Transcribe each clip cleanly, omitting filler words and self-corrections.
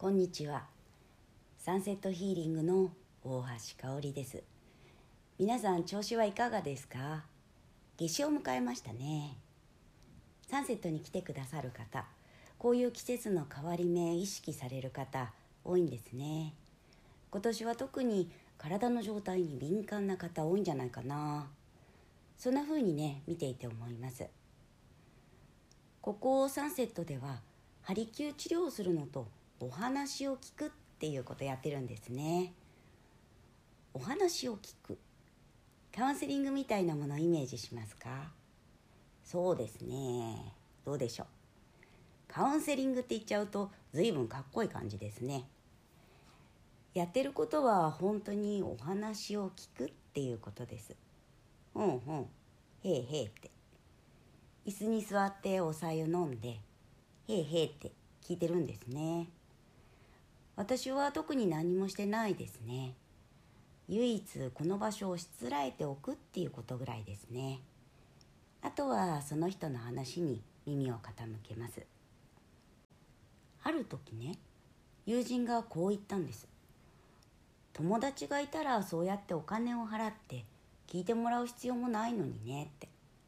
こんにちは。サンセットヒーリングの大橋香織です。皆さん調子はいかがですか？夏至を迎えましたね。サンセットに来てくださる方、こういう季節の変わり目意識される方多いんですね。今年は特に体の状態に敏感な方多いんじゃないかな。そんな風にね、見ていて思います。ここサンセットではハリキュー治療をするのとお話を聞くっていうことをやってるんですね。お話を聞く、カウンセリングみたいなものをイメージしますか？そうですね。どうでしょう。カウンセリングって言っちゃうと随分かっこいい感じですね。やってることは本当にお話を聞くっていうことです。へえへえって、椅子に座ってお茶を飲んでへえへえって聞いてるんですね。私は特に何もしてないですね。唯一この場所をしつらえておくっていうことぐらいですね。あとはその人の話に耳を傾けます。ある時ね、友人がこう言ったんです。友達がいたらそうやってお金を払って聞いてもらう必要もないのにねって。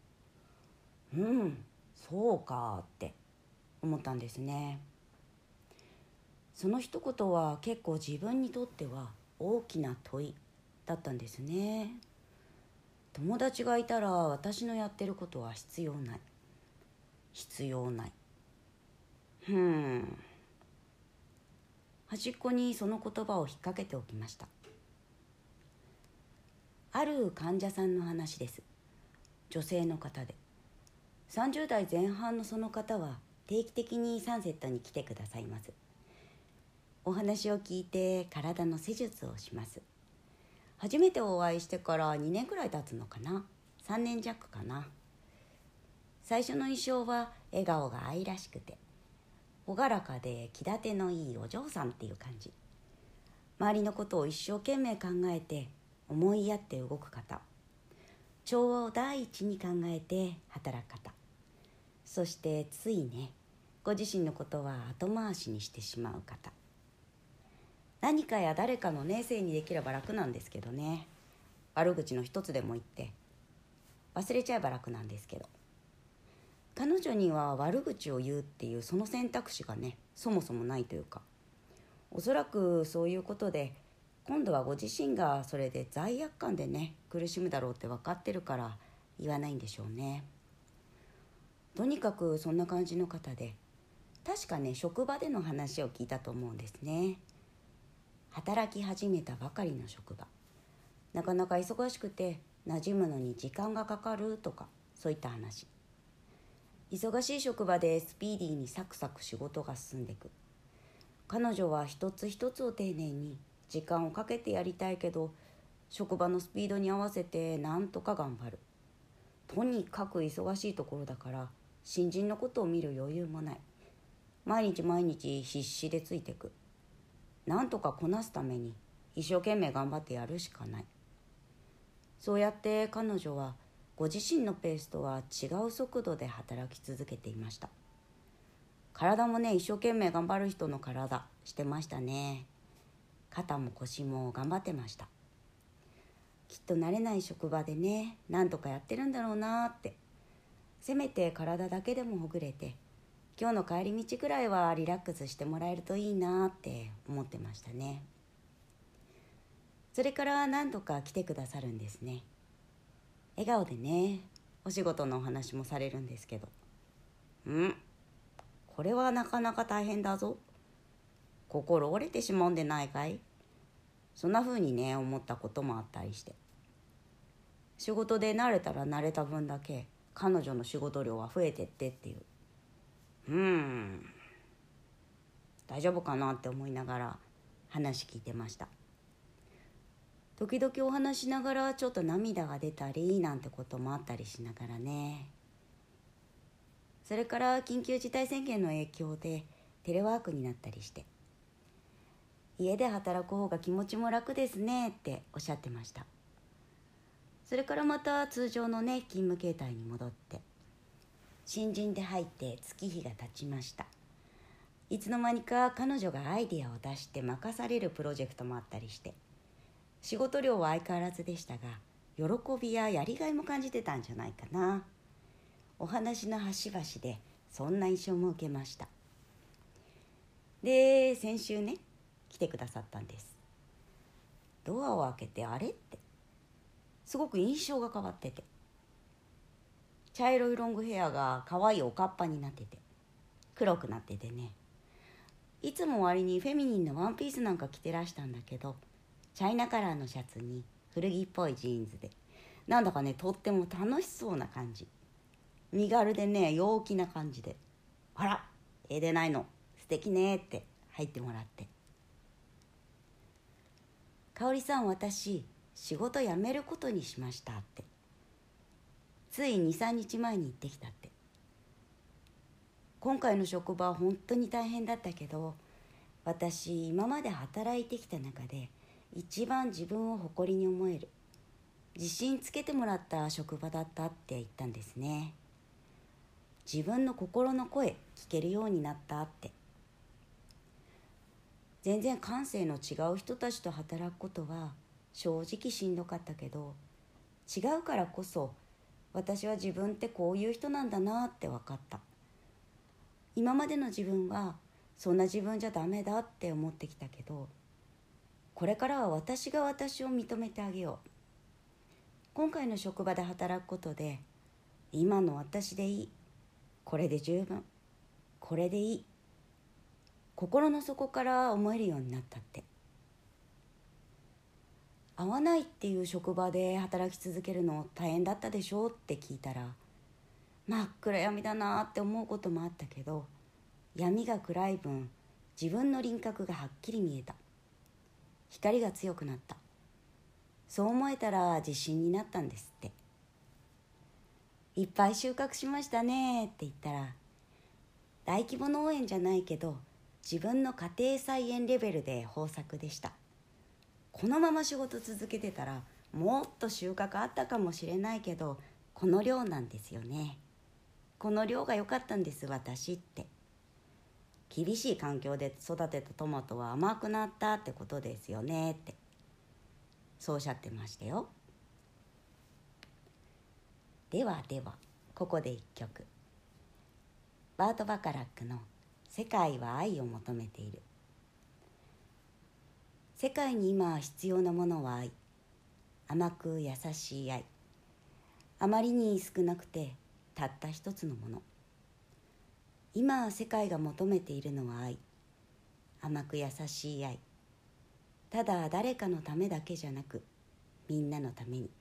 そうかって思ったんですね。その一言は結構自分にとっては大きな問いだったんですね。友達がいたら私のやってることは必要ない。端っこにその言葉を引っ掛けておきました。ある患者さんの話です。女性の方で、30代前半のその方は定期的にサンセットに来てくださいます。お話を聞いて体の施術をします。初めてお会いしてから2年くらい経つのかな、3年弱かな。最初の印象は笑顔が愛らしくて朗らかで気立てのいいお嬢さんっていう感じ。周りのことを一生懸命考えて思いやって動く方、調和を第一に考えて働く方、そしてついね、ご自身のことは後回しにしてしまう方。何かや誰かのねせいにできれば楽なんですけどね、悪口の一つでも言って忘れちゃえば楽なんですけど、彼女には悪口を言うっていうその選択肢がね、そもそもないというか、おそらくそういうことで今度はご自身がそれで罪悪感でね苦しむだろうって分かってるから言わないんでしょうね。とにかくそんな感じの方で、確かね職場での話を聞いたと思うんですね。働き始めたばかりの職場、なかなか忙しくて馴染むのに時間がかかるとか、そういった話。忙しい職場でスピーディーにサクサク仕事が進んでいく。彼女は一つ一つを丁寧に時間をかけてやりたいけど、職場のスピードに合わせてなんとか頑張る。とにかく忙しいところだから新人のことを見る余裕もない。毎日毎日必死でついていく。なんとかこなすために一生懸命頑張ってやるしかない。そうやって彼女はご自身のペースとは違う速度で働き続けていました。体もね、一生懸命頑張る人の体してましたね。肩も腰も頑張ってました。きっと慣れない職場でね、なんとかやってるんだろうなって。せめて体だけでもほぐれて、今日の帰り道くらいはリラックスしてもらえるといいなって思ってましたね。それから何度か来てくださるんですね。笑顔でね、お仕事のお話もされるんですけど、これはなかなか大変だぞ。心折れてしまうんでないかい？そんな風にね、思ったこともあったりして。仕事で慣れたら慣れた分だけ彼女の仕事量は増えてってっていう。大丈夫かなって思いながら話聞いてました。時々お話しながらちょっと涙が出たりなんてこともあったりしながらね。それから緊急事態宣言の影響でテレワークになったりして、家で働く方が気持ちも楽ですねっておっしゃってました。それからまた通常のね勤務形態に戻って、新人で入って月日が経ちました。 いつの間にか彼女がアイデアを出して任されるプロジェクトもあったりして、仕事量は相変わらずでしたが、喜びややりがいも感じてたんじゃないかな。お話の端々でそんな印象も受けました。で、先週ね、来てくださったんです。ドアを開けて、あれってすごく印象が変わってて、茶色いロングヘアが可愛いおかっぱになってて、黒くなっててね、いつも割にフェミニンのワンピースなんか着てらしたんだけど、チャイナカラーのシャツに古着っぽいジーンズで、なんだかね、とっても楽しそうな感じ、身軽でね、陽気な感じで、あら、でないの素敵ねって入ってもらって、香織さん、私仕事辞めることにしましたって、つい 2,3 日前に言ってきたって。今回の職場は本当に大変だったけど、私今まで働いてきた中で一番自分を誇りに思える、自信つけてもらった職場だったって言ったんですね。自分の心の声聞けるようになったって。全然感性の違う人たちと働くことは正直しんどかったけど、違うからこそ私は自分ってこういう人なんだなって分かった。今までの自分はそんな自分じゃダメだって思ってきたけど、これからは私が私を認めてあげよう。今回の職場で働くことで、今の私でいい、これで十分、これでいい、心の底から思えるようになったって。合わないっていう職場で働き続けるの大変だったでしょって聞いたら、真っ暗闇だなって思うこともあったけど、闇が暗い分自分の輪郭がはっきり見えた、光が強くなった、そう思えたら自信になったんですって。いっぱい収穫しましたねって言ったら、大規模農園じゃないけど自分の家庭菜園レベルで豊作でした。このまま仕事続けてたらもっと収穫あったかもしれないけど、この量なんですよね。この量が良かったんです私って。厳しい環境で育てたトマトは甘くなったってことですよねって、そうおっしゃってましたよ。ではここで一曲、バート・バカラックの「世界は愛を求めている」。世界に今必要なものは愛、甘く優しい愛、あまりに少なくてたった一つのもの。今世界が求めているのは愛、甘く優しい愛、ただ誰かのためだけじゃなくみんなのために。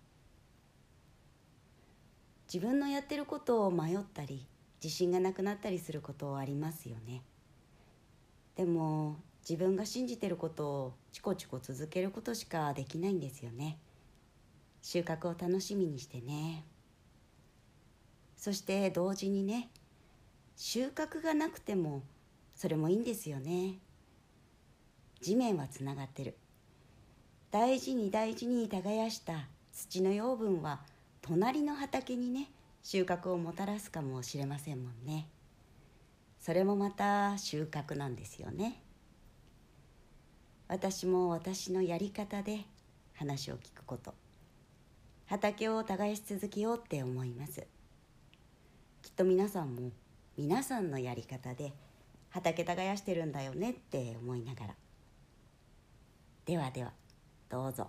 自分のやってることを迷ったり自信がなくなったりすることありますよね。でも自分が信じてることをチコチコ続けることしかできないんですよね。収穫を楽しみにしてね。そして同時にね、収穫がなくてもそれもいいんですよね。地面はつながってる。大事に大事に耕した土の養分は隣の畑にね、収穫をもたらすかもしれませんもんね。それもまた収穫なんですよね。私も私のやり方で話を聞くこと、畑を耕し続けようって思います。きっと皆さんも皆さんのやり方で畑耕してるんだよねって思いながら。ではどうぞ。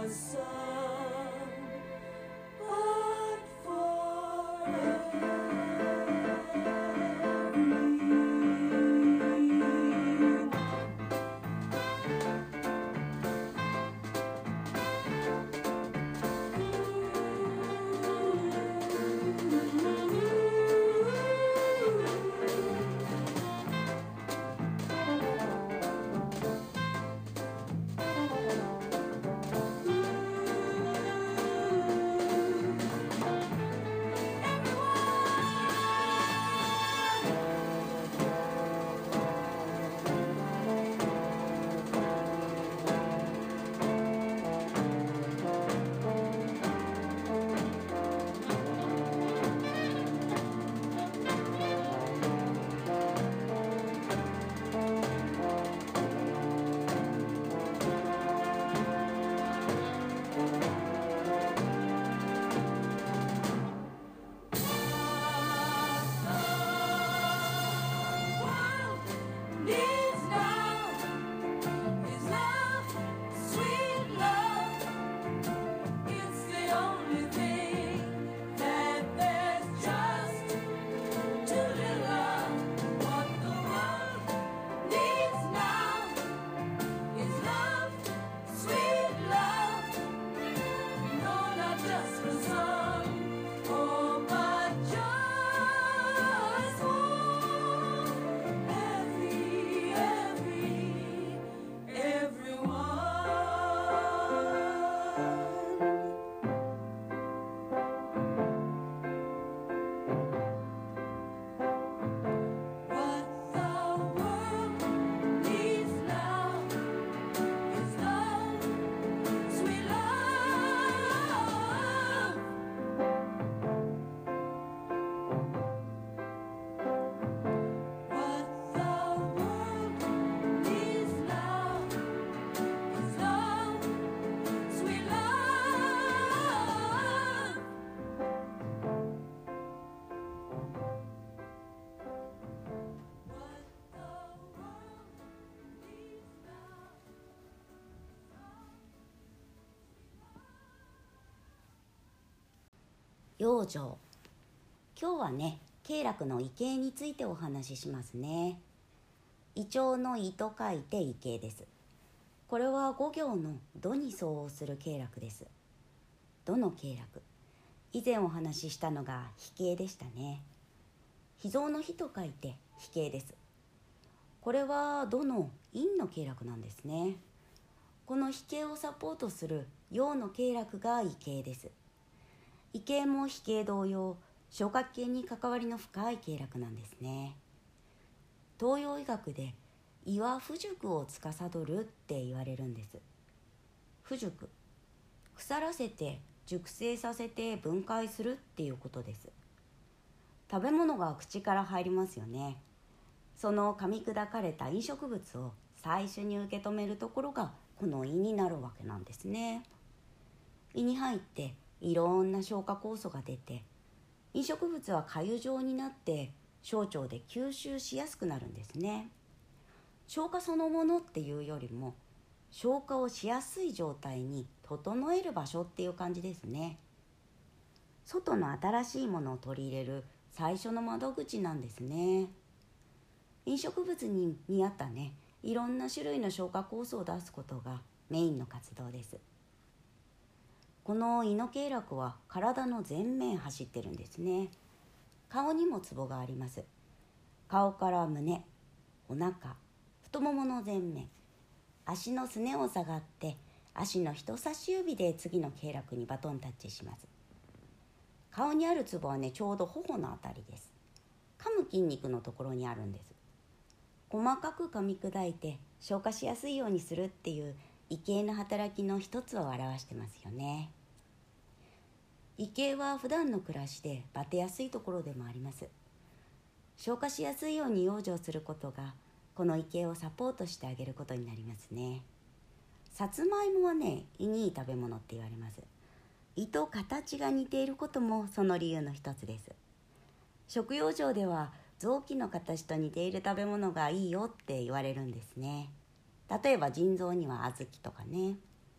養生。今日はね、経絡の異形についてお話ししますね。胃腸の胃と書いて異形です。これは5行の土に相応する経絡です。土の経絡、以前お話ししたのが脾経でしたね。脾臓の脾と書いて脾経です。これは土の陰の経絡なんですね。この脾経をサポートする陽の経絡が異形です。異形も脾経同様、消化器系に関わりの深い経絡なんですね。東洋医学で胃は腐熟を司るって言われるんです。腐熟、腐らせて熟成させて分解するっていうことです。食べ物が口から入りますよね。その噛み砕かれた飲食物を最初に受け止めるところがこの胃になるわけなんですね。胃に入っていろんな消化酵素が出て、飲食物は粥状になって小腸で吸収しやすくなるんですね。消化そのものっていうよりも、消化をしやすい状態に整える場所っていう感じですね。外の新しいものを取り入れる最初の窓口なんですね。飲食物に見合ったね、いろんな種類の消化酵素を出すことがメインの活動です。この胃の経絡は体の前面走ってるんですね。顔にもツボがあります。顔から胸、お腹、太ももの前面、足のすねを下がって足の人差し指で次の経絡にバトンタッチします。顔にあるツボはね、ちょうど頬のあたりです。噛む筋肉のところにあるんです。細かく噛み砕いて消化しやすいようにするっていう胃経の働きの一つを表してますよね。胃経は普段の暮らしでバテやすいところでもあります。消化しやすいように養生することがこの胃経をサポートしてあげることになりますね。さつまいもはね、胃にいい食べ物って言われます。胃と形が似ていることもその理由の一つです。食養生では臓器の形と似ている食べ物がいいよって言われるんですね。例えば腎臓には小豆とかね。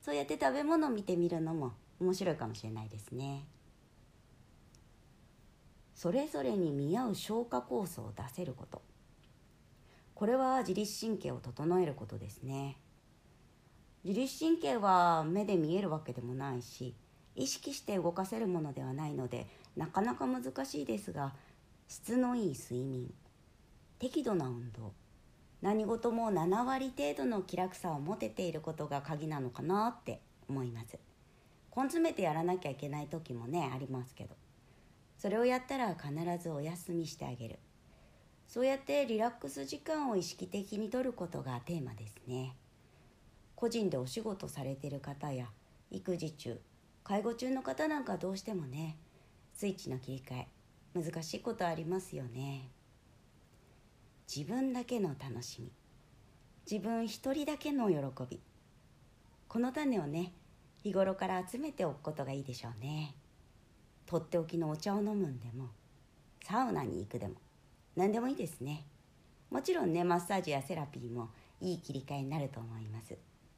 そうやって食べ物を見てみるのも面白いかもしれないですね。それぞれに見合う消化酵素を出せること、これは自律神経を整えることですね。自律神経は目で見えるわけでもないし、意識して動かせるものではないのでなかなか難しいですが、質のいい睡眠、適度な運動、何事も7割程度の気楽さを持てていることが鍵なのかなって思います。根詰めてやらなきゃいけない時もねありますけど、それをやったら必ずお休みしてあげる。そうやってリラックス時間を意識的に取ることがテーマですね。個人でお仕事されている方や育児中、介護中の方なんかどうしてもね、スイッチの切り替え難しいことありますよね。自分だけの楽しみ、自分一人だけの喜び、この種をね日頃から集めておくことがいいでしょうね。とっておきのお茶を飲むんでも、サウナに行くでも何でもいいですね。もちろんねマッサージやセラピーもいい切り替えになると思います。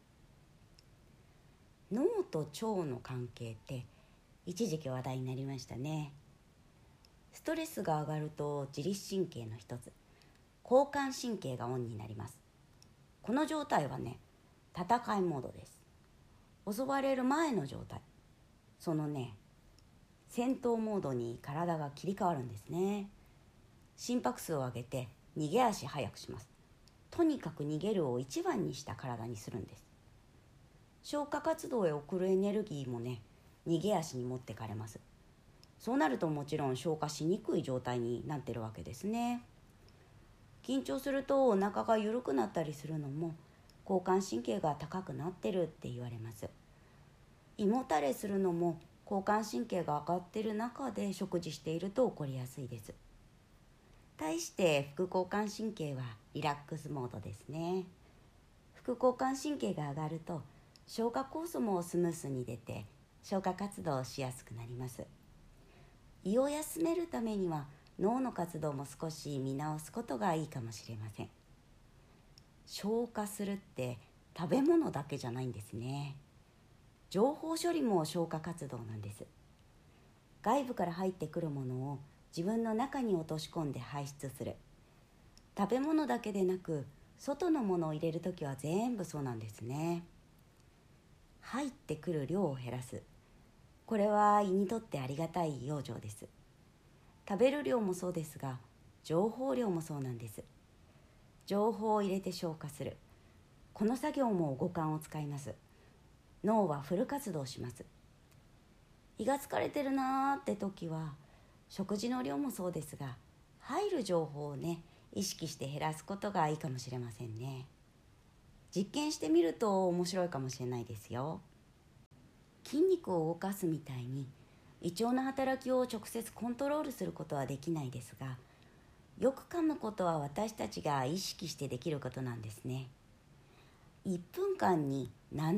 脳と腸の関係って一時期話題になりましたね。ストレスが上がると自律神経の一つ、交感神経がオンになります。この状態はね戦いモードです。襲われる前の状態、そのね戦闘モードに体が切り替わるんですね。心拍数を上げて逃げ足早くします。とにかく逃げるを一番にした体にするんです。消化活動へ送るエネルギーもね逃げ足に持ってかれます。そうなるともちろん消化しにくい状態になってるわけですね。緊張するとお腹が緩くなったりするのも交感神経が高くなってるって言われます。胃もたれするのも交感神経が上がってる中で食事していると起こりやすいです。対して副交感神経はリラックスモードですね。副交感神経が上がると消化酵素もスムースに出て消化活動をしやすくなります。胃を休めるためには脳の活動も少し見直すことがいいかもしれません。消化するって食べ物だけじゃないんですね。情報処理も消化活動なんです。外部から入ってくるものを自分の中に落とし込んで排出する。食べ物だけでなく外のものを入れるときは全部そうなんですね。入ってくる量を減らす、これは胃にとってありがたい養生です。食べる量もそうですが情報量もそうなんです。情報を入れて消化する、この作業も五感を使います。脳はフル活動します。胃が疲れてるなーって時は食事の量もそうですが入る情報をね意識して減らすことがいいかもしれませんね。実験してみると面白いかもしれないですよ。筋肉を動かすみたいに胃腸の働きを直接コントロールすることはできないですが、よく噛むことは私たちが意識してできることなんですね。1分間に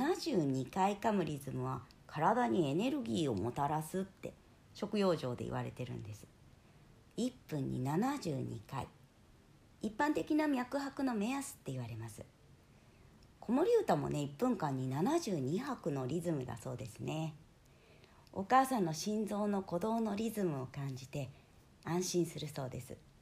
72回噛むリズムは体にエネルギーをもたらすって食養生で言われてるんです。1分に72回、一般的な脈拍の目安って言われます。子守歌もね1分間に72拍のリズムだそうですね。お母さんの心臓の鼓動のリズムを感じて安心するそうです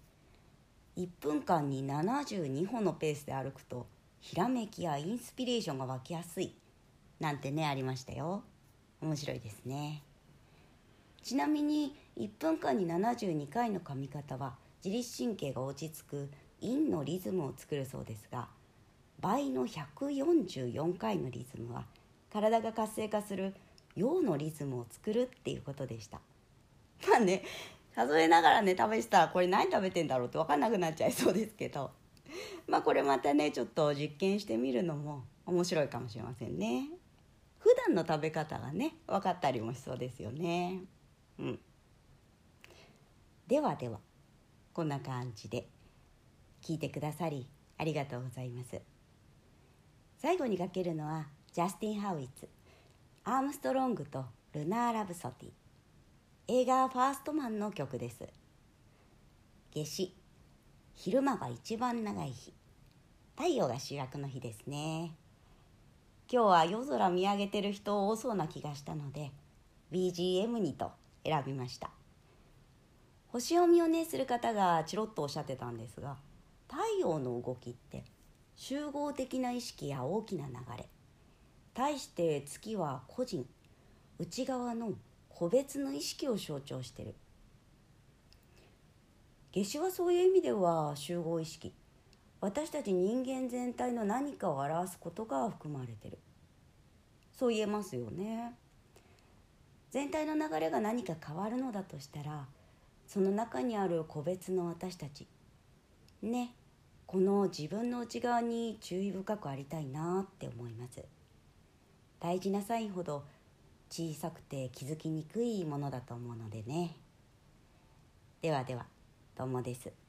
。1分間に72歩のペースで歩くとひらめきやインスピレーションが湧きやすいなんてねありましたよ。面白いですね。ちなみに1分間に72回の噛み方は自律神経が落ち着く陰のリズムを作るそうですが、倍の144回のリズムは体が活性化する陽のリズムを作るっていうことでした。まあね数えながらね試したらこれ何食べてんだろうって分かんなくなっちゃいそうですけど、まあこれまたねちょっと実験してみるのも面白いかもしれませんね。普段の食べ方がね分かったりもしそうですよね。ではではこんな感じで聞いてくださりありがとうございます。最後にかけるのはジャスティン・ハウイッツ、アームストロングとルナー・ラブソティ、映画ファーストマンの曲です。夏至、昼間が一番長い日、太陽が主役の日ですね。 今日は夜空見上げてる人多そうな気がしたので BGM にと選びました。星読みをねする方がチロッとおっしゃってたんですが、太陽の動きって集合的な意識や大きな流れ、対して月は個人、内側の個別の意識を象徴してる。夏至はそういう意味では集合意識、私たち人間全体の何かを表すことが含まれてる、そう言えますよね。全体の流れが何か変わるのだとしたら、その中にある個別の私たちね、この自分の内側に注意深くありたいなって思います。大事なサインほど小さくて気づきにくいものだと思うのでね。ではでは、どうもです。